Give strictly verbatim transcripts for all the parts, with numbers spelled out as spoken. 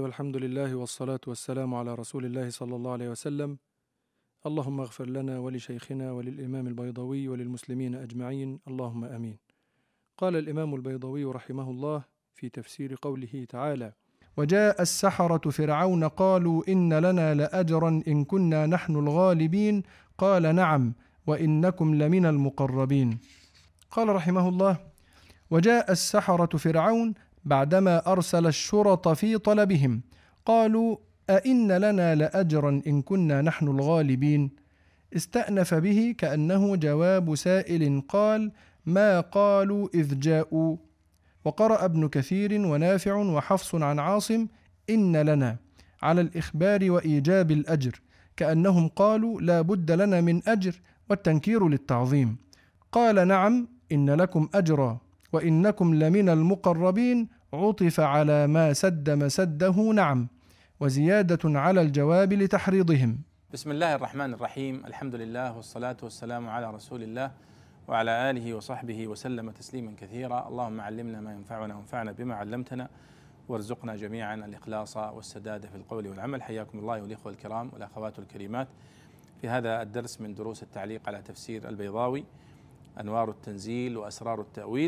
والحمد لله والصلاة والسلام على رسول الله صلى الله عليه وسلم. اللهم اغفر لنا ولشيخنا وللإمام البيضاوي وللمسلمين أجمعين، اللهم آمين. قال الإمام البيضاوي رحمه الله في تفسير قوله تعالى: وجاء السحرة فرعون قالوا إن لنا لأجرا إن كنا نحن الغالبين، قال نعم وإنكم لمن المقربين. قال رحمه الله: وجاء السحرة فرعون بعدما أرسل الشرط في طلبهم، قالوا أئن لنا لأجرا إن كنا نحن الغالبين. استأنف به كأنه جواب سائل قال: ما قالوا إذ جاءوا. وقرأ ابن كثير ونافع وحفص عن عاصم: إن لنا، على الإخبار وإيجاب الأجر، كأنهم قالوا لا بد لنا من أجر، والتنكير للتعظيم. قال نعم إن لكم أجرا وإنكم لمن المقربين، عطف على ما سد مسده نعم، وزيادة على الجواب لتحريضهم. بسم الله الرحمن الرحيم، الحمد لله والصلاة والسلام على رسول الله وعلى آله وصحبه وسلم تسليما كثيرا. اللهم علمنا ما ينفعنا وانفعنا بما علمتنا، وارزقنا جميعا الإخلاص والسداد في القول والعمل. حياكم الله والإخوة الكرام والأخوات الكريمات في هذا الدرس من دروس التعليق على تفسير البيضاوي، أنوار التنزيل وأسرار التأويل.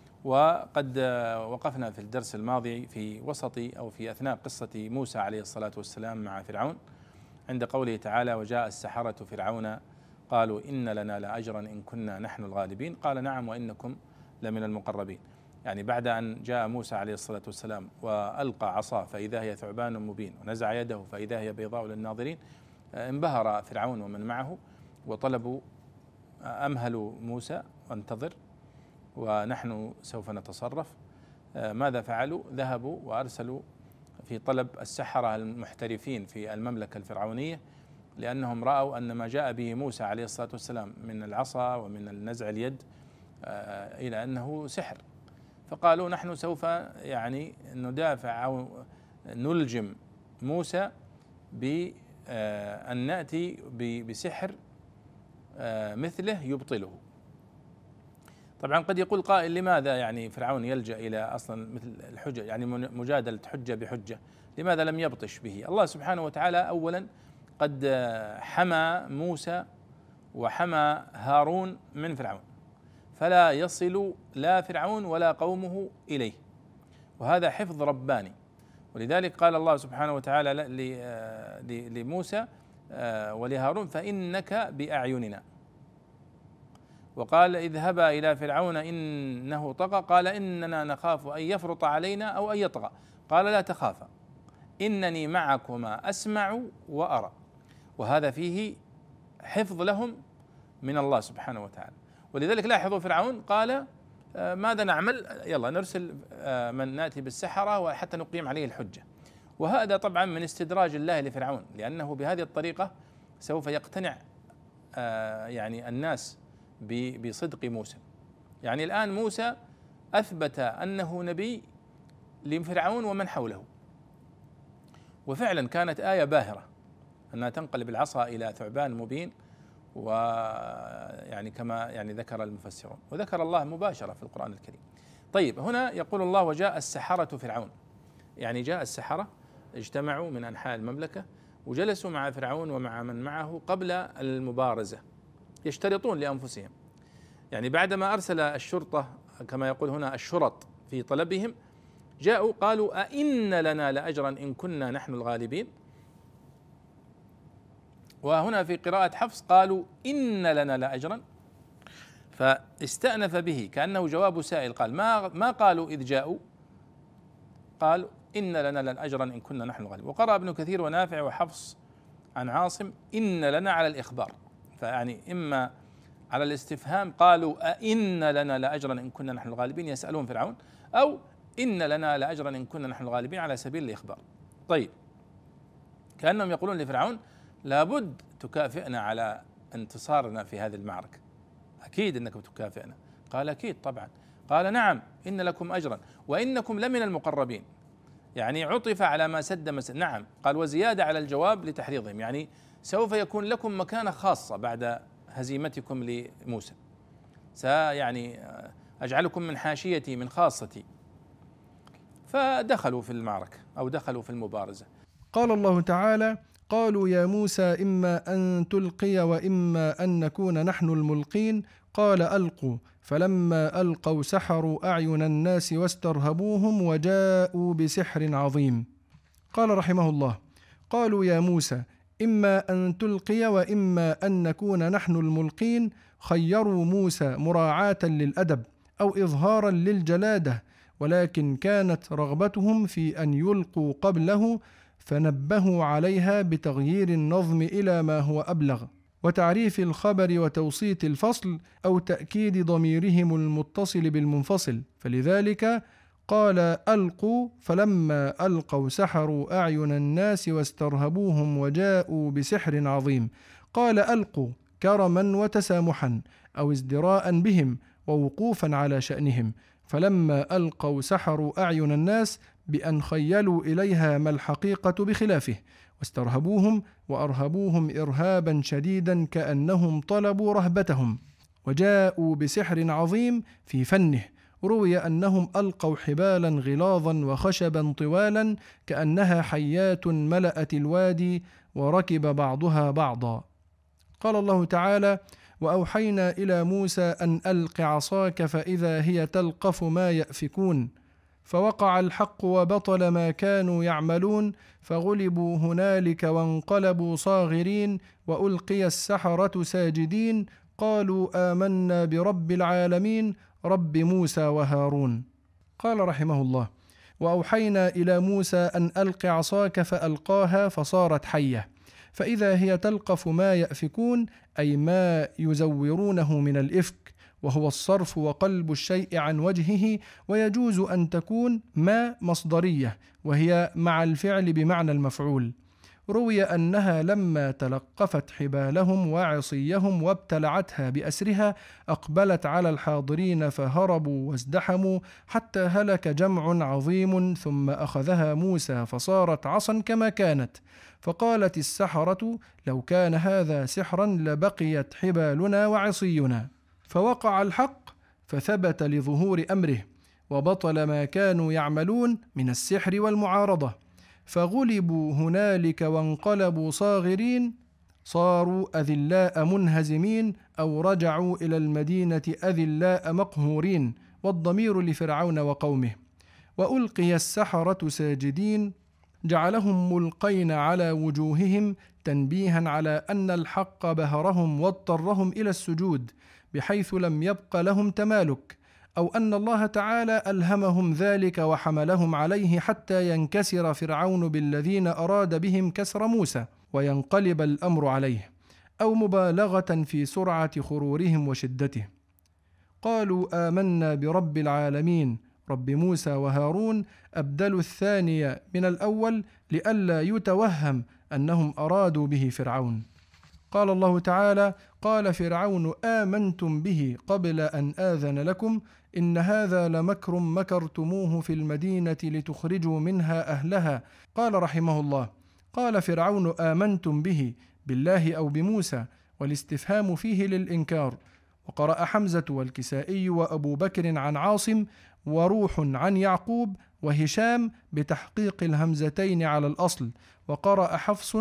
وقد وقفنا في الدرس الماضي في وسط أو في أثناء قصة موسى عليه الصلاة والسلام مع فرعون، عند قوله تعالى: وجاء السحرة فرعون قالوا إن لنا لأجرا إن كنا نحن الغالبين، قال نعم وإنكم لمن المقربين. يعني بعد أن جاء موسى عليه الصلاة والسلام وألقى عصاه فإذا هي ثعبان مبين، ونزع يده فإذا هي بيضاء للناظرين، انبهر فرعون ومن معه وطلبوا أمهلوا موسى وانتظر ونحن سوف نتصرف. ماذا فعلوا؟ ذهبوا وأرسلوا في طلب السحرة المحترفين في المملكة الفرعونية، لأنهم رأوا أن ما جاء به موسى عليه الصلاة والسلام من العصا ومن النزع اليد إلى أنه سحر، فقالوا نحن سوف يعني ندافع أو نلجم موسى بأن نأتي بسحر مثله يبطله. طبعا قد يقول قائل: لماذا يعني فرعون يلجأ إلى أصلا مثل الحجة، يعني مجادلة حجة بحجة؟ لماذا لم يبطش به؟ الله سبحانه وتعالى أولا قد حمى موسى وحمى هارون من فرعون، فلا يصل لا فرعون ولا قومه إليه، وهذا حفظ رباني. ولذلك قال الله سبحانه وتعالى لموسى ولهارون: فإنك بأعيننا. وقال: اذهبا إلى فرعون إنه طغى قال إننا نخاف أن يفرط علينا أو أن يطغى قال لا تخافا إنني معكما أسمع وأرى. وهذا فيه حفظ لهم من الله سبحانه وتعالى. ولذلك لاحظوا فرعون قال: ماذا نعمل؟ يلا نرسل من نأتي بالسحرة وحتى نقيم عليه الحجة. وهذا طبعا من استدراج الله لفرعون، لأنه بهذه الطريقة سوف يقتنع يعني الناس بصدق موسى. يعني الآن موسى أثبت أنه نبي لفرعون ومن حوله، وفعلا كانت آية باهرة أنها تنقلب العصا إلى ثعبان مبين، ويعني كما يعني ذكر المفسرون وذكر الله مباشرة في القرآن الكريم. طيب، هنا يقول الله: وجاء السحرة فرعون، يعني جاء السحرة اجتمعوا من أنحاء المملكة وجلسوا مع فرعون ومع من معه قبل المبارزة، يشترطون لأنفسهم. يعني بعدما أرسل الشرطة كما يقول هنا الشرط في طلبهم، جاءوا قالوا: أئن لنا لأجرا إن كنا نحن الغالبين. وهنا في قراءة حفص قالوا: إن لنا لأجرا، فاستأنف به كأنه جواب سائل، قال ما ما قالوا إذ جاءوا، قالوا إن لنا لأجرا إن كنا نحن الغالبين. وقرأ ابن كثير ونافع وحفص عن عاصم: إن لنا على الإخبار، فيعني إما على الاستفهام قالوا أئن لنا لأجرا إن كنا نحن الغالبين يسألون فرعون، أو إن لنا لأجرا إن كنا نحن الغالبين على سبيل الإخبار. طيب، كأنهم يقولون لفرعون: لابد تكافئنا على انتصارنا في هذه المعركة، أكيد أنكم تكافئنا. قال: أكيد طبعا. قال: نعم إن لكم أجرا وإنكم لمن المقربين، يعني عطف على ما سد مسد. نعم، قال وزيادة على الجواب لتحريضهم، يعني سوف يكون لكم مكانة خاصة بعد هزيمتكم لموسى، سيعني أجعلكم من حاشيتي من خاصتي. فدخلوا في المعركة أو دخلوا في المبارزة. قال الله تعالى: قالوا يا موسى إما أن تلقي وإما أن نكون نحن الملقين، قال ألقوا، فلما ألقوا سحروا أعين الناس واسترهبوهم وجاءوا بسحر عظيم. قال رحمه الله: قالوا يا موسى إما أن تلقي وإما أن نكون نحن الملقين، خيروا موسى مراعاة للأدب أو إظهارا للجلادة، ولكن كانت رغبتهم في أن يلقوا قبله، فنبهوا عليها بتغيير النظم إلى ما هو أبلغ، وتعريف الخبر وتوسيط الفصل، أو تأكيد ضميرهم المتصل بالمنفصل، فلذلك قال ألقوا، فلما ألقوا سحروا أعين الناس واسترهبوهم وجاءوا بسحر عظيم. قال ألقوا كرما وتسامحا أو ازدراء بهم ووقوفا على شأنهم، فلما ألقوا سحروا أعين الناس بأن خيلوا إليها ما الحقيقة بخلافه، واسترهبوهم وأرهبوهم إرهابا شديدا كأنهم طلبوا رهبتهم، وجاءوا بسحر عظيم في فنه. روي أنهم ألقوا حبالا غلاظا وخشبا طوالا كأنها حيات ملأت الوادي وركب بعضها بعضا. قال الله تعالى: وأوحينا إلى موسى أن ألق عصاك فإذا هي تلقف ما يأفكون، فوقع الحق وبطل ما كانوا يعملون، فغلبوا هنالك وانقلبوا صاغرين، وألقي السحرة ساجدين، قالوا آمنا برب العالمين رب موسى وهارون. قال رحمه الله: وأوحينا إلى موسى أن ألق عصاك فألقاها فصارت حية، فإذا هي تلقف ما يأفكون، أي ما يزورونه من الإفك، وهو الصرف وقلب الشيء عن وجهه، ويجوز أن تكون ما مصدرية وهي مع الفعل بمعنى المفعول. روي أنها لما تلقفت حبالهم وعصيهم وابتلعتها بأسرها أقبلت على الحاضرين فهربوا وازدحموا حتى هلك جمع عظيم، ثم أخذها موسى فصارت عصا كما كانت، فقالت السحرة: لو كان هذا سحرا لبقيت حبالنا وعصينا. فوقع الحق فثبت لظهور أمره، وبطل ما كانوا يعملون من السحر والمعارضة، فغلبوا هنالك وانقلبوا صاغرين، صاروا أذلاء منهزمين، أو رجعوا إلى المدينة أذلاء مقهورين، والضمير لفرعون وقومه. وألقي السحرة ساجدين، جعلهم ملقين على وجوههم تنبيها على أن الحق بهرهم واضطرهم إلى السجود، بحيث لم يبق لهم تمالك، أو أن الله تعالى ألهمهم ذلك وحملهم عليه حتى ينكسر فرعون بالذين أراد بهم كسر موسى وينقلب الأمر عليه، أو مبالغة في سرعة خرورهم وشدته. قالوا آمنا برب العالمين رب موسى وهارون، أبدلوا الثانية من الأول لئلا يتوهم أنهم أرادوا به فرعون. قال الله تعالى: قال فرعون آمنتم به قبل أن آذن لكم إن هذا لمكر مكرتموه في المدينة لتخرجوا منها أهلها. قال رحمه الله: قال فرعون آمنتم به بالله أو بموسى، والاستفهام فيه للإنكار. وقرأ حمزة والكسائي وأبو بكر عن عاصم، وروح عن يعقوب، وهشام بتحقيق الهمزتين على الأصل، وقرأ حفص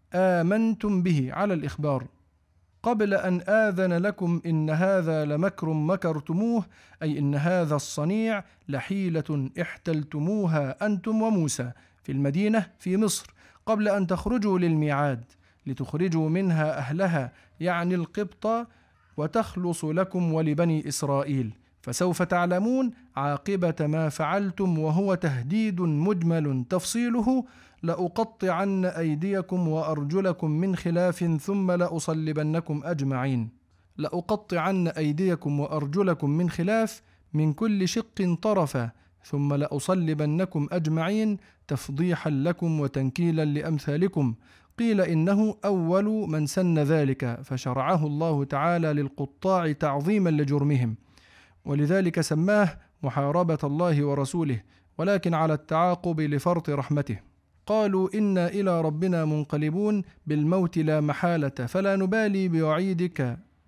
آمنتم به على الإخبار. قبل أن آذن لكم إن هذا لمكر مكرتموه، أي إن هذا الصنيع لحيلة احتلتموها أنتم وموسى في المدينة في مصر قبل أن تخرجوا للميعاد، لتخرجوا منها أهلها يعني القبط، وتخلص لكم ولبني إسرائيل، فسوف تعلمون عاقبة ما فعلتم، وهو تهديد مجمل تفصيله: لأقطعن أيديكم وأرجلكم من خلاف ثم لأصلبنكم أجمعين. لأقطعن أيديكم وأرجلكم من خلاف من كل شق طرفا، ثم لأصلبنكم أجمعين، تفضيحا لكم وتنكيلا لأمثالكم. قيل إنه أول من سن ذلك، فشرعه الله تعالى للقطاع تعظيما لجرمهم، ولذلك سماه محاربة الله ورسوله، ولكن على التعاقب لفرط رحمته. قالوا إنا إلى ربنا منقلبون بالموت لا محالة، فلا نبالي بوعيدك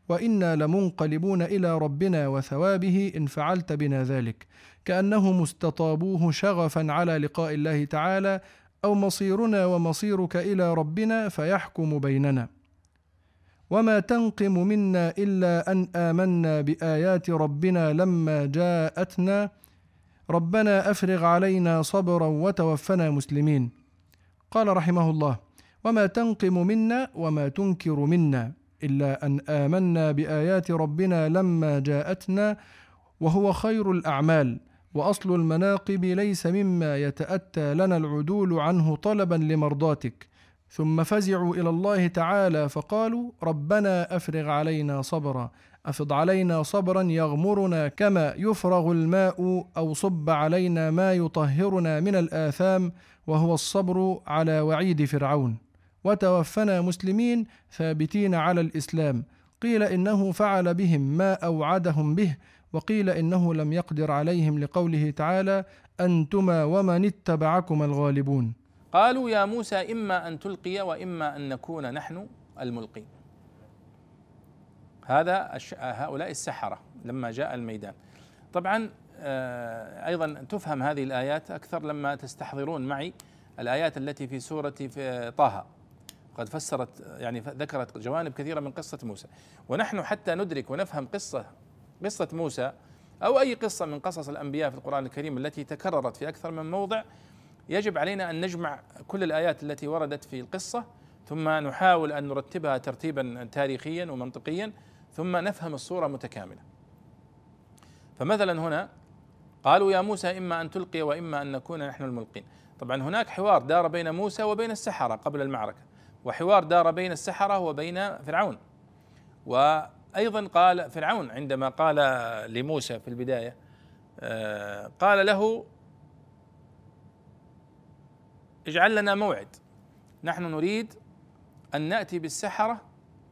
وإنا لمنقلبون إلى ربنا وثوابه إن فعلت بنا ذلك، كأنهم استطابوه شغفا على لقاء الله تعالى، أو مصيرنا ومصيرك إلى ربنا فيحكم بيننا. وما تنقم منا إلا أن آمنا بآيات ربنا لما جاءتنا، ربنا أفرغ علينا صبرا وتوفنا مسلمين. قال رحمه الله: وما تنقم منا وما تنكر منا إلا أن آمنا بآيات ربنا لما جاءتنا، وهو خير الأعمال، وأصل المناقب ليس مما يتأتى لنا العدول عنه طلبا لمرضاتك. ثم فزعوا إلى الله تعالى فقالوا: ربنا أفرغ علينا صبرا، أفض علينا صبرا يغمرنا كما يفرغ الماء، أو صب علينا ما يطهرنا من الآثام، وهو الصبر على وعيد فرعون. وتوفنا مسلمين ثابتين على الإسلام. قيل إنه فعل بهم ما أوعدهم به، وقيل إنه لم يقدر عليهم لقوله تعالى: أنتما ومن اتبعكما الغالبون. قالوا يا موسى إما أن تلقي وإما أن نكون نحن الملقين. هذا هؤلاء السحرة لما جاء الميدان. طبعا أيضا تفهم هذه الآيات أكثر لما تستحضرون معي الآيات التي في سورة في طه، قد فسرت يعني ذكرت جوانب كثيرة من قصة موسى. ونحن حتى ندرك ونفهم قصة قصة موسى أو أي قصة من قصص الأنبياء في القرآن الكريم التي تكررت في أكثر من موضع، يجب علينا أن نجمع كل الآيات التي وردت في القصة، ثم نحاول أن نرتبها ترتيبا تاريخيا ومنطقيا، ثم نفهم الصورة متكاملة. فمثلا هنا قالوا يا موسى إما أن تلقي وإما أن نكون نحن الملقين. طبعا هناك حوار دار بين موسى وبين السحرة قبل المعركة، وحوار دار بين السحرة وبين فرعون. وأيضا قال فرعون عندما قال لموسى في البداية قال له: اجعل لنا موعد، نحن نريد أن نأتي بالسحرة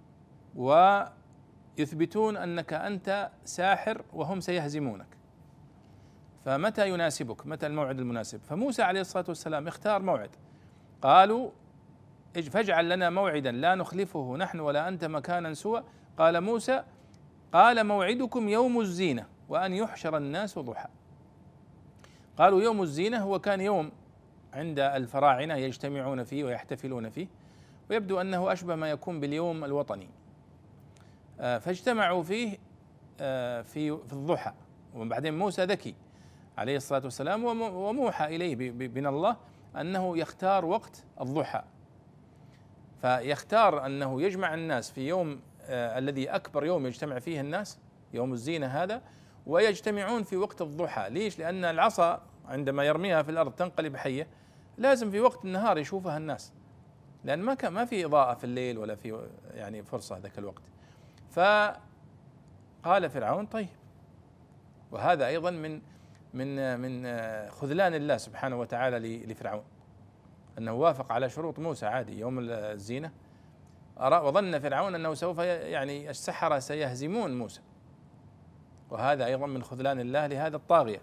ويثبتون أنك أنت ساحر وهم سيهزمونك، فمتى يناسبك؟ متى الموعد المناسب؟ فموسى عليه الصلاة والسلام اختار موعد. قالوا: فاجعل لنا موعدا لا نخلفه نحن ولا أنت مكانا سوى. قال موسى: قال موعدكم يوم الزينة وأن يحشر الناس ضحى. قالوا يوم الزينة هو كان يوم عند الفراعنة يجتمعون فيه ويحتفلون فيه، ويبدو أنه أشبه ما يكون باليوم الوطني. فاجتمعوا فيه في في الضحى. وبعدين موسى ذكي عليه الصلاة والسلام، وموحى إليه من الله أنه يختار وقت الضحى، فيختار أنه يجمع الناس في يوم الذي أكبر يوم يجتمع فيه الناس، يوم الزينة هذا، ويجتمعون في وقت الضحى. ليش؟ لأن العصا عندما يرميها في الأرض تنقلب حية، لازم في وقت النهار يشوفها الناس، لأن ما كان ما في إضاءة في الليل ولا في يعني فرصة ذاك الوقت. فقال فرعون: طيب. وهذا أيضا من من من خذلان الله سبحانه وتعالى لفرعون، أنه وافق على شروط موسى عادي يوم الزينة، وظن فرعون أنه سوف يعني السحرة سيهزمون موسى، وهذا أيضا من خذلان الله لهذا الطاغية.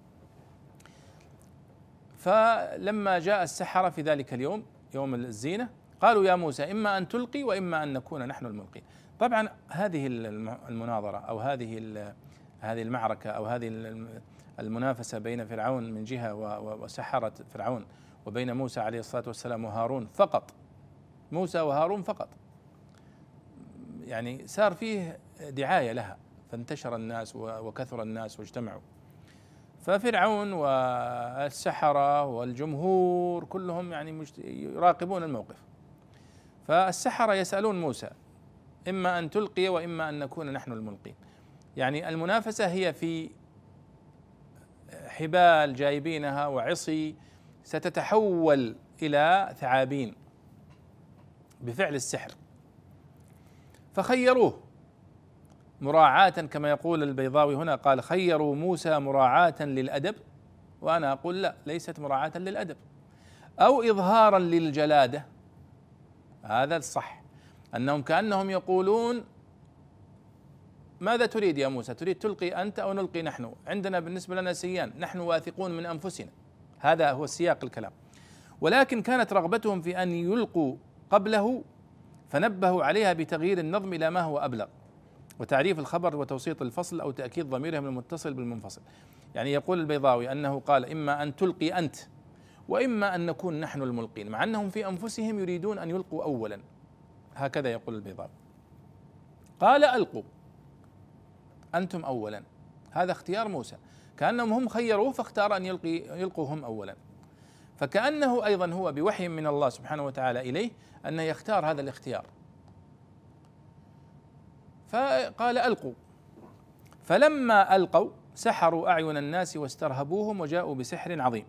فلما جاء السحرة في ذلك اليوم يوم الزينة قالوا يا موسى إما أن تلقي وإما أن نكون نحن الملقين. طبعا هذه المناظرة أو هذه هذه المعركة أو هذه المنافسة بين فرعون من جهة وسحرة فرعون وبين موسى عليه الصلاة والسلام وهارون فقط، موسى وهارون فقط، يعني صار فيه دعاية لها، فانتشر الناس وكثر الناس واجتمعوا. ففرعون والسحرة والجمهور كلهم يعني يراقبون الموقف. فالسحرة يسألون موسى إما أن تلقي وإما أن نكون نحن الملقين، يعني المنافسة هي في حبال جايبينها وعصي ستتحول إلى ثعابين بفعل السحر. فخيروه مراعاة، كما يقول البيضاوي هنا، قال خيروا موسى مراعاة للأدب، وأنا أقول لا، ليست مراعاة للأدب، أو إظهارا للجلادة. هذا الصح، أنهم كأنهم يقولون ماذا تريد يا موسى؟ تريد تلقي أنت أو نلقي نحن؟ عندنا بالنسبة لنا سيان، نحن واثقون من أنفسنا. هذا هو سياق الكلام. ولكن كانت رغبتهم في أن يلقوا قبله، فنبهوا عليها بتغيير النظم إلى ما هو أبلغ. وتعريف الخبر وتوسيط الفصل أو تأكيد ضميرهم المتصل بالمنفصل. يعني يقول البيضاوي أنه قال إما أن تلقي أنت وإما أن نكون نحن الملقين، مع أنهم في أنفسهم يريدون أن يلقوا أولا، هكذا يقول البيضاوي. قال ألقوا أنتم أولا، هذا اختيار موسى، كأنهم هم خيروه فاختار أن يلقي يلقوا هم أولا، فكأنه أيضا هو بوحي من الله سبحانه وتعالى إليه أنه يختار هذا الاختيار. فقال ألقوا، فلما ألقوا سحروا أعين الناس واسترهبوهم وجاءوا بسحر عظيم.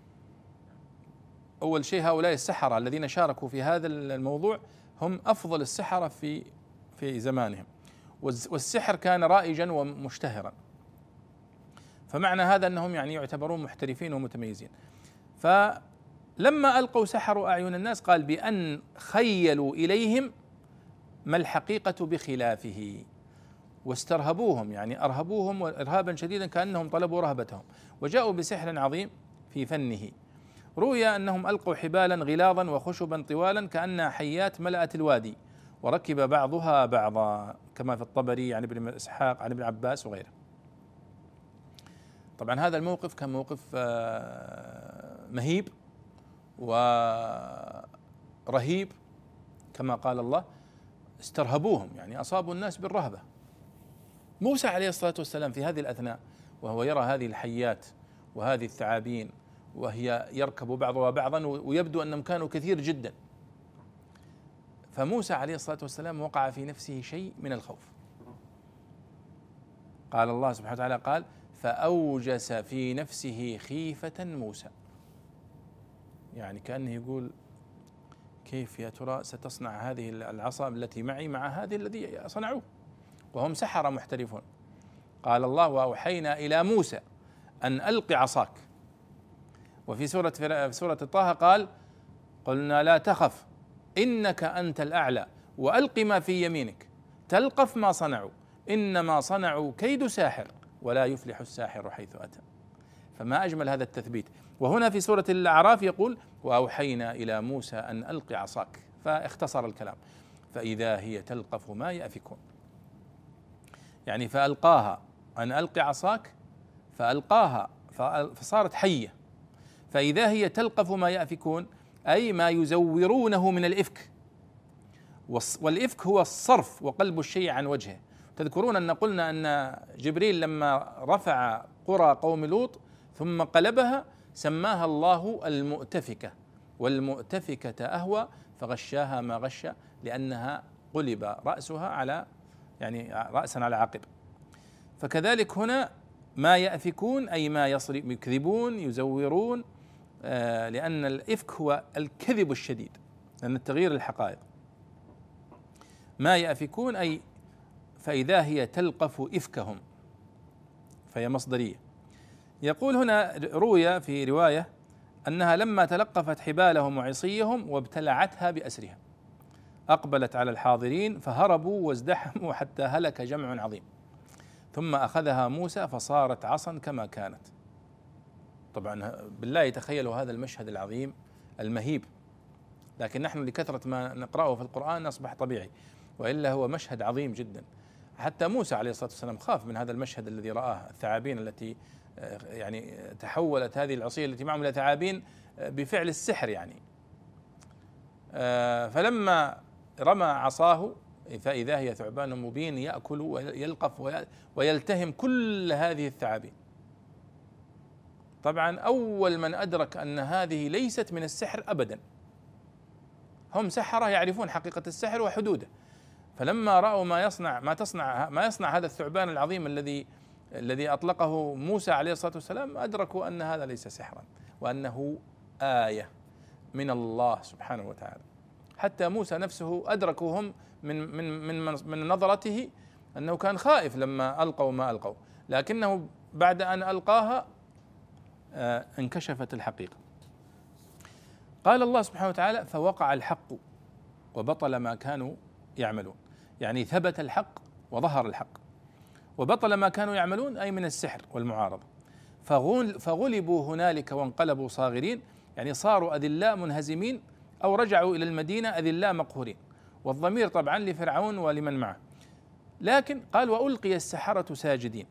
أول شيء هؤلاء السحرة الذين شاركوا في هذا الموضوع هم أفضل السحرة في في زمانهم، والسحر كان رائجا ومشتهرا، فمعنى هذا أنهم يعني يعتبرون محترفين ومتميزين. فلما ألقوا سحروا أعين الناس، قال بأن خيلوا إليهم ما الحقيقة بخلافه، واسترهبوهم يعني أرهبوهم إرهابا شديدا كأنهم طلبوا رهبتهم، وجاءوا بسحر عظيم في فنه. روي أنهم ألقوا حبالا غلاظا وخشبا طوالا كأنها حيات ملأت الوادي، وركب بعضها بعضا، كما في الطبري عن ابن إسحاق عن ابن عباس وغيره. طبعا هذا الموقف كان موقف مهيب ورهيب كما قال الله، استرهبوهم يعني أصابوا الناس بالرهبة. موسى عليه الصلاة والسلام في هذه الأثناء وهو يرى هذه الحيات وهذه الثعابين وهي يركب بعضها بعضا، ويبدو أنهم كانوا كثير جدا، فموسى عليه الصلاة والسلام وقع في نفسه شيء من الخوف. قال الله سبحانه وتعالى قال فأوجس في نفسه خيفة موسى، يعني كأنه يقول كيف يا ترى ستصنع هذه العصا التي معي مع هذه الذي صنعوه، وهم سحرة محترفون. قال الله وأوحينا إلى موسى أن ألق عصاك. وفي سورة في سورة طه قال قلنا لا تخف إنك أنت الأعلى وألق ما في يمينك تلقف ما صنعوا إنما صنعوا كيد ساحر ولا يفلح الساحر حيث أتى. فما أجمل هذا التثبيت. وهنا في سورة الأعراف يقول وأوحينا إلى موسى أن ألق عصاك، فاختصر الكلام فإذا هي تلقف ما يأفكون، يعني فألقاها أن ألق عصاك فألقاها فصارت حية، فإذا هي تلقف ما يأفكون أي ما يزورونه من الإفك، والإفك هو الصرف وقلب الشيء عن وجهه. تذكرون أن قلنا أن جبريل لما رفع قرى قوم لوط ثم قلبها سماها الله المؤتفكة، والمؤتفكة أهوى فغشاها ما غش، لأنها قلب رأسها على يعني رأسا على عقب. فكذلك هنا ما يأفكون أي ما يكذبون يزورون، آه لأن الإفك هو الكذب الشديد، لأن التغيير الحقائق. ما يأفكون أي فإذا هي تلقف إفكهم، فهي مصدرية. يقول هنا روي في رواية أنها لما تلقفت حبالهم وعصيهم وابتلعتها بأسرها أقبلت على الحاضرين فهربوا وازدحموا حتى هلك جمع عظيم، ثم أخذها موسى فصارت عصا كما كانت. طبعا بالله تخيلوا هذا المشهد العظيم المهيب، لكن نحن لكثرة ما نقرأه في القرآن أصبح طبيعي، وإلا هو مشهد عظيم جدا. حتى موسى عليه الصلاة والسلام خاف من هذا المشهد الذي رآه، الثعابين التي يعني تحولت هذه العصية التي معهم إلى ثعابين بفعل السحر يعني. فلما رمى عصاه فإذا هي ثعبان مبين يأكل ويلقف ويلتهم كل هذه الثعابين. طبعا أول من أدرك أن هذه ليست من السحر أبدا، هم سحرة يعرفون حقيقة السحر وحدوده، فلما رأوا ما يصنع ما تصنع ما يصنع هذا الثعبان العظيم الذي الذي أطلقه موسى عليه الصلاة والسلام أدركوا أن هذا ليس سحرا وأنه آية من الله سبحانه وتعالى. حتى موسى نفسه أدركوا هم من من من من نظرته أنه كان خائف لما ألقوا ما ألقوا، لكنه بعد أن ألقاها آه انكشفت الحقيقة. قال الله سبحانه وتعالى فوقع الحق وبطل ما كانوا يعملون، يعني ثبت الحق وظهر الحق، وبطل ما كانوا يعملون أي من السحر والمعارضة. فغلبوا هنالك وانقلبوا صاغرين، يعني صاروا أذلاء منهزمين أو رجعوا إلى المدينة أذلاء مقهورين، والضمير طبعا لفرعون ولمن معه. لكن قال وألقي السحرة ساجدين.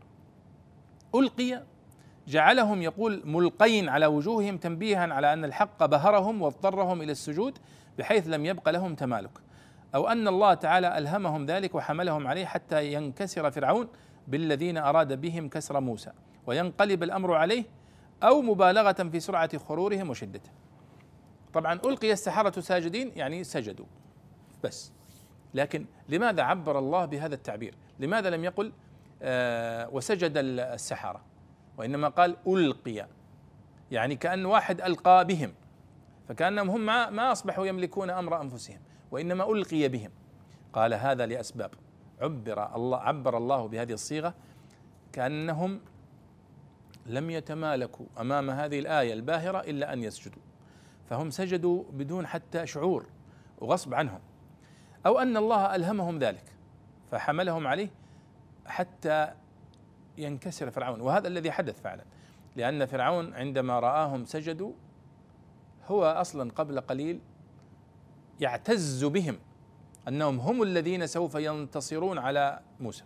ألقي جعلهم يقول ملقين على وجوههم تنبيها على أن الحق بهرهم واضطرهم إلى السجود بحيث لم يبق لهم تمالك، أو أن الله تعالى ألهمهم ذلك وحملهم عليه حتى ينكسر فرعون بالذين أراد بهم كسر موسى وينقلب الأمر عليه، أو مبالغة في سرعة خرورهم وشدته. طبعا ألقي السحرة ساجدين يعني سجدوا بس، لكن لماذا عبر الله بهذا التعبير؟ لماذا لم يقل آه وسجد السحرة، وإنما قال ألقي؟ يعني كأن واحد ألقى بهم، فكأنهم هم ما أصبحوا يملكون أمر أنفسهم، وإنما ألقي بهم. قال هذا لأسباب، عبر الله عبر الله بهذه الصيغة كأنهم لم يتمالكوا أمام هذه الآية الباهرة إلا أن يسجدوا، فهم سجدوا بدون حتى شعور وغصب عنهم، أو أن الله ألهمهم ذلك فحملهم عليه حتى ينكسر فرعون. وهذا الذي حدث فعلا، لأن فرعون عندما رآهم سجدوا هو أصلا قبل قليل يعتز بهم أنهم هم الذين سوف ينتصرون على موسى،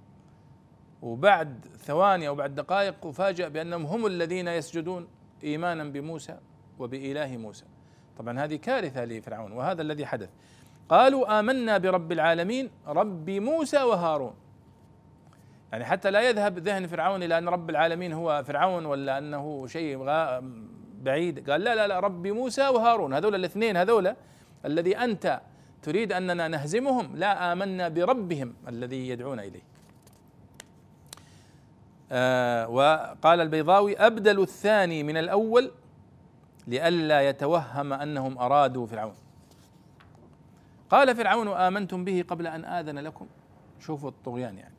وبعد ثواني أو بعد دقائق أفاجأ بأنهم هم الذين يسجدون إيمانا بموسى وبإله موسى. طبعا هذه كارثة لفرعون، وهذا الذي حدث. قالوا آمنا برب العالمين رب موسى وهارون، يعني حتى لا يذهب ذهن فرعون إلى أن رب العالمين هو فرعون ولا أنه شيء بعيد. قال لا لا لا، رب موسى وهارون، هذول الاثنين هذول الذي أنت تريد أننا نهزمهم، لا آمنا بربهم الذي يدعون إليه. آه وقال البيضاوي أبدل الثاني من الأول لئلا يتوهم أنهم أرادوا فرعون. قال فرعون آمنتم به قبل أن آذن لكم. شوفوا الطغيان، يعني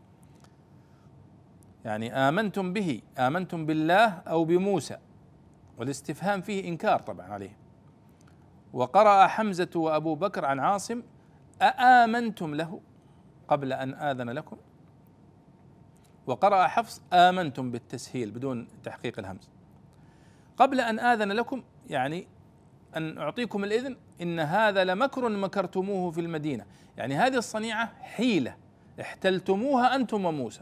يعني آمنتم به، آمنتم بالله أو بموسى، والاستفهام فيه إنكار طبعا عليه. وقرأ حمزة وأبو بكر عن عاصم أآمنتم له قبل أن آذن لكم، وقرأ حفص آمنتم بالتسهيل بدون تحقيق الهمز. قبل أن آذن لكم يعني أن أعطيكم الإذن، إن هذا لمكر مكرتموه في المدينة، يعني هذه الصنيعة حيلة احتلتموها أنتم وموسى.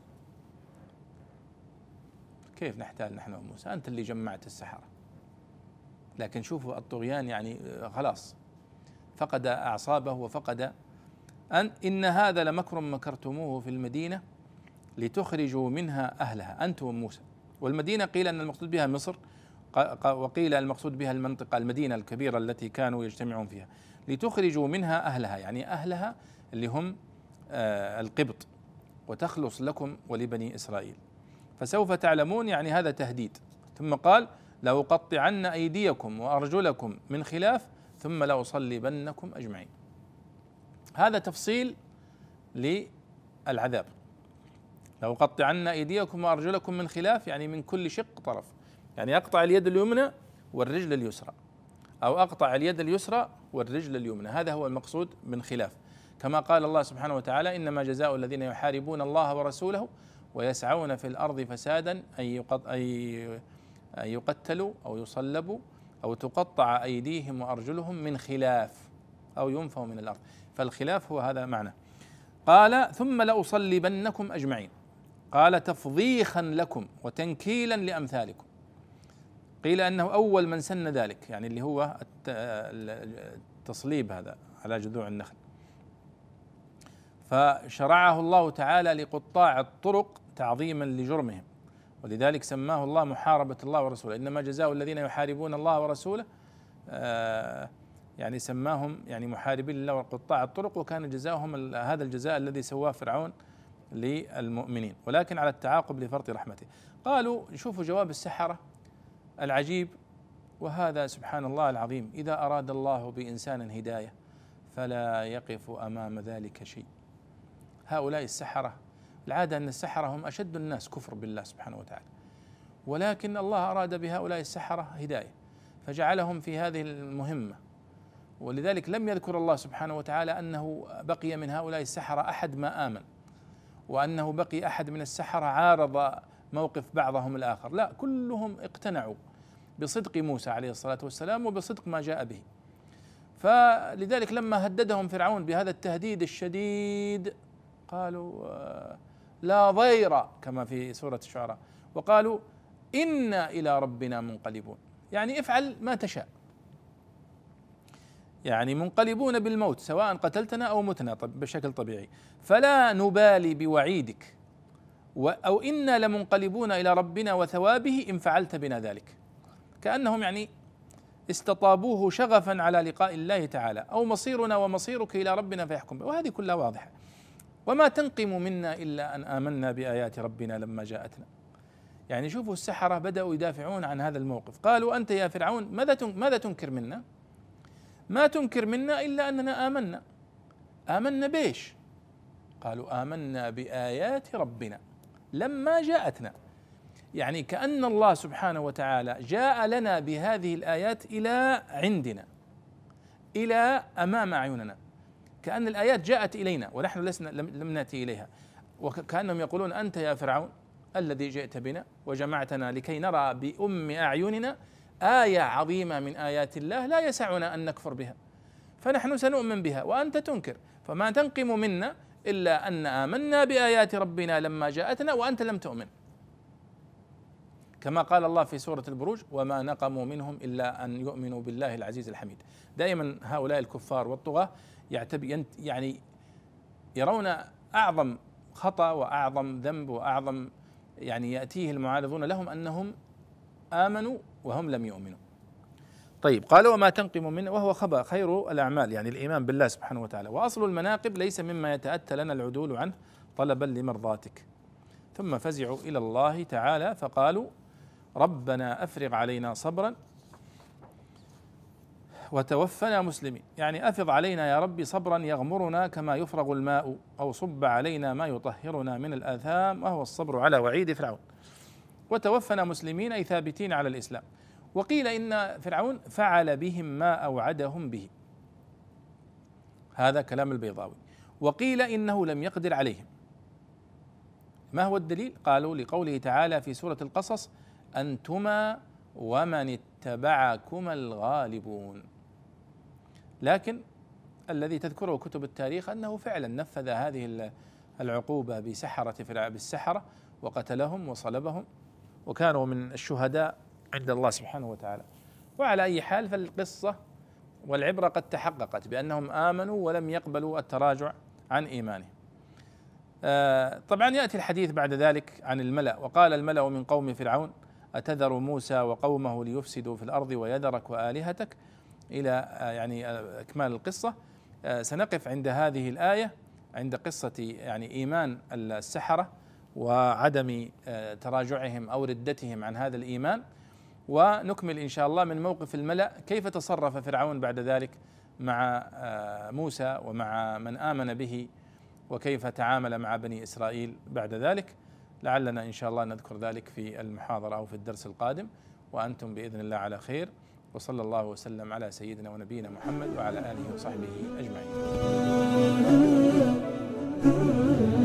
كيف نحتال نحن وموسى؟ أنت اللي جمعت السحرة. لكن شوفوا الطغيان، يعني خلاص فقد أعصابه وفقد أن إن هذا لمكر مكرتموه في المدينة لتخرجوا منها أهلها أنتم وموسى. والمدينة قيل أن المقصود بها مصر، وقيل المقصود بها المنطقة المدينة الكبيرة التي كانوا يجتمعون فيها، لتخرجوا منها أهلها، يعني أهلها اللي هم آه القبط، وتخلص لكم ولبني إسرائيل، فسوف تعلمون، يعني هذا تهديد. ثم قال لأقطعن أيديكم وأرجلكم من خلاف ثم لأصلبنكم أجمعين. هذا تفصيل للعذاب. لأقطعن أيديكم وأرجلكم من خلاف يعني من كل شق طرف، يعني أقطع اليد اليمنى والرجل اليسرى، أو أقطع اليد اليسرى والرجل اليمنى، هذا هو المقصود من خلاف. كما قال الله سبحانه وتعالى إنما جزاء الذين يحاربون الله ورسوله ويسعون في الأرض فسادا أن يقتلوا أو يصلبوا أو تقطع أيديهم وأرجلهم من خلاف أو ينفوا من الأرض، فالخلاف هو هذا معنى. قال ثم لأصلبنكم أجمعين، قال تفضيخا لكم وتنكيلا لأمثالكم. قيل أنه أول من سن ذلك، يعني اللي هو التصليب هذا على جذوع النخل، فشرعه الله تعالى لقطاع الطرق تعظيما لجرمهم، ولذلك سماه الله محاربة الله ورسوله. إنما جزاء الذين يحاربون الله ورسوله آه يعني سماهم يعني محاربين لله وقطاع الطرق، وكان جزاؤهم هذا الجزاء الذي سواه فرعون للمؤمنين، ولكن على التعاقب لفرط رحمته. قالوا شوفوا جواب السحرة العجيب، وهذا سبحان الله العظيم، إذا أراد الله بإنسان هداية فلا يقف أمام ذلك شيء. هؤلاء السحرة العادة أن السحرة هم أشد الناس كفر بالله سبحانه وتعالى، ولكن الله أراد بهؤلاء السحرة هداية فجعلهم في هذه المهمة، ولذلك لم يذكر الله سبحانه وتعالى أنه بقي من هؤلاء السحرة أحد ما آمن، وأنه بقي أحد من السحرة عارض موقف بعضهم الآخر، لا، كلهم اقتنعوا بصدق موسى عليه الصلاة والسلام وبصدق ما جاء به. فلذلك لما هددهم فرعون بهذا التهديد الشديد قالوا لا ضير كما في سورة الشعراء، وقالوا إنا إلى ربنا منقلبون، يعني افعل ما تشاء، يعني منقلبون بالموت سواء قتلتنا أو متنا بشكل طبيعي، فلا نبالي بوعيدك أو إنا لمنقلبون إلى ربنا وثوابه إن فعلت بنا ذلك. كأنهم يعني استطابوه شغفا على لقاء الله تعالى، أو مصيرنا ومصيرك إلى ربنا فيحكم به، وهذه كلها واضحة. وما تنقم منا إلا أن آمنا بآيات ربنا لما جاءتنا. يعني شوفوا السحرة بدأوا يدافعون عن هذا الموقف، قالوا أنت يا فرعون ماذا ماذا تنكر منا؟ ما تنكر منا إلا أننا آمنا. آمنا بإيش؟ قالوا آمنا بآيات ربنا لما جاءتنا. يعني كأن الله سبحانه وتعالى جاء لنا بهذه الآيات إلى عندنا، إلى أمام أعيننا، كأن الآيات جاءت إلينا ونحن لسنا لم نأتي إليها، وكأنهم يقولون أنت يا فرعون الذي جئت بنا وجمعتنا لكي نرى بأم أعيننا آية عظيمة من آيات الله لا يسعنا أن نكفر بها، فنحن سنؤمن بها وأنت تنكر، فما تنقم منا إلا أن آمنا بآيات ربنا لما جاءتنا وأنت لم تؤمن. كما قال الله في سورة البروج وما نقموا منهم إلا أن يؤمنوا بالله العزيز الحميد. دائما هؤلاء الكفار والطغاة يعني يرون أعظم خطأ وأعظم ذنب وأعظم يعني يأتيه المعارضون لهم أنهم آمنوا وهم لم يؤمنوا. طيب قالوا وما تنقم منا، وهو خبأ خير الأعمال يعني الإيمان بالله سبحانه وتعالى، وأصل المناقب ليس مما يتأتى لنا العدول عنه طلبا لمرضاتك. ثم فزعوا إلى الله تعالى فقالوا ربنا أفرغ علينا صبرا وتوفنا مسلمين، يعني أفض علينا يا ربي صبرا يغمرنا كما يفرغ الماء، أو صب علينا ما يطهرنا من الآثام، وهو الصبر على وعيد فرعون، وتوفنا مسلمين أي ثابتين على الإسلام. وقيل إن فرعون فعل بهم ما أوعدهم به، هذا كلام البيضاوي، وقيل إنه لم يقدر عليهم. ما هو الدليل؟ قالوا لقوله تعالى في سورة القصص أنتما ومن اتبعكما الغالبون. لكن الذي تذكره كتب التاريخ أنه فعلا نفذ هذه العقوبة بسحرة بالسحرة وقتلهم وصلبهم، وكانوا من الشهداء عند الله سبحانه وتعالى. وعلى أي حال فالقصة والعبرة قد تحققت بأنهم آمنوا ولم يقبلوا التراجع عن إيمانهم. آه طبعا يأتي الحديث بعد ذلك عن الملأ، وقال الملأ من قوم فرعون أتذر موسى وقومه ليفسدوا في الأرض ويذرك وآلهتك، إلى آه يعني آه إكمال القصة. آه سنقف عند هذه الآية عند قصة يعني إيمان السحرة وعدم آه تراجعهم أو ردتهم عن هذا الإيمان، ونكمل إن شاء الله من موقف الملأ كيف تصرف فرعون بعد ذلك مع آه موسى ومع من آمن به، وكيف تعامل مع بني إسرائيل بعد ذلك. لعلنا إن شاء الله نذكر ذلك في المحاضرة أو في الدرس القادم، وأنتم بإذن الله على خير، وصلى الله وسلم على سيدنا ونبينا محمد وعلى آله وصحبه أجمعين.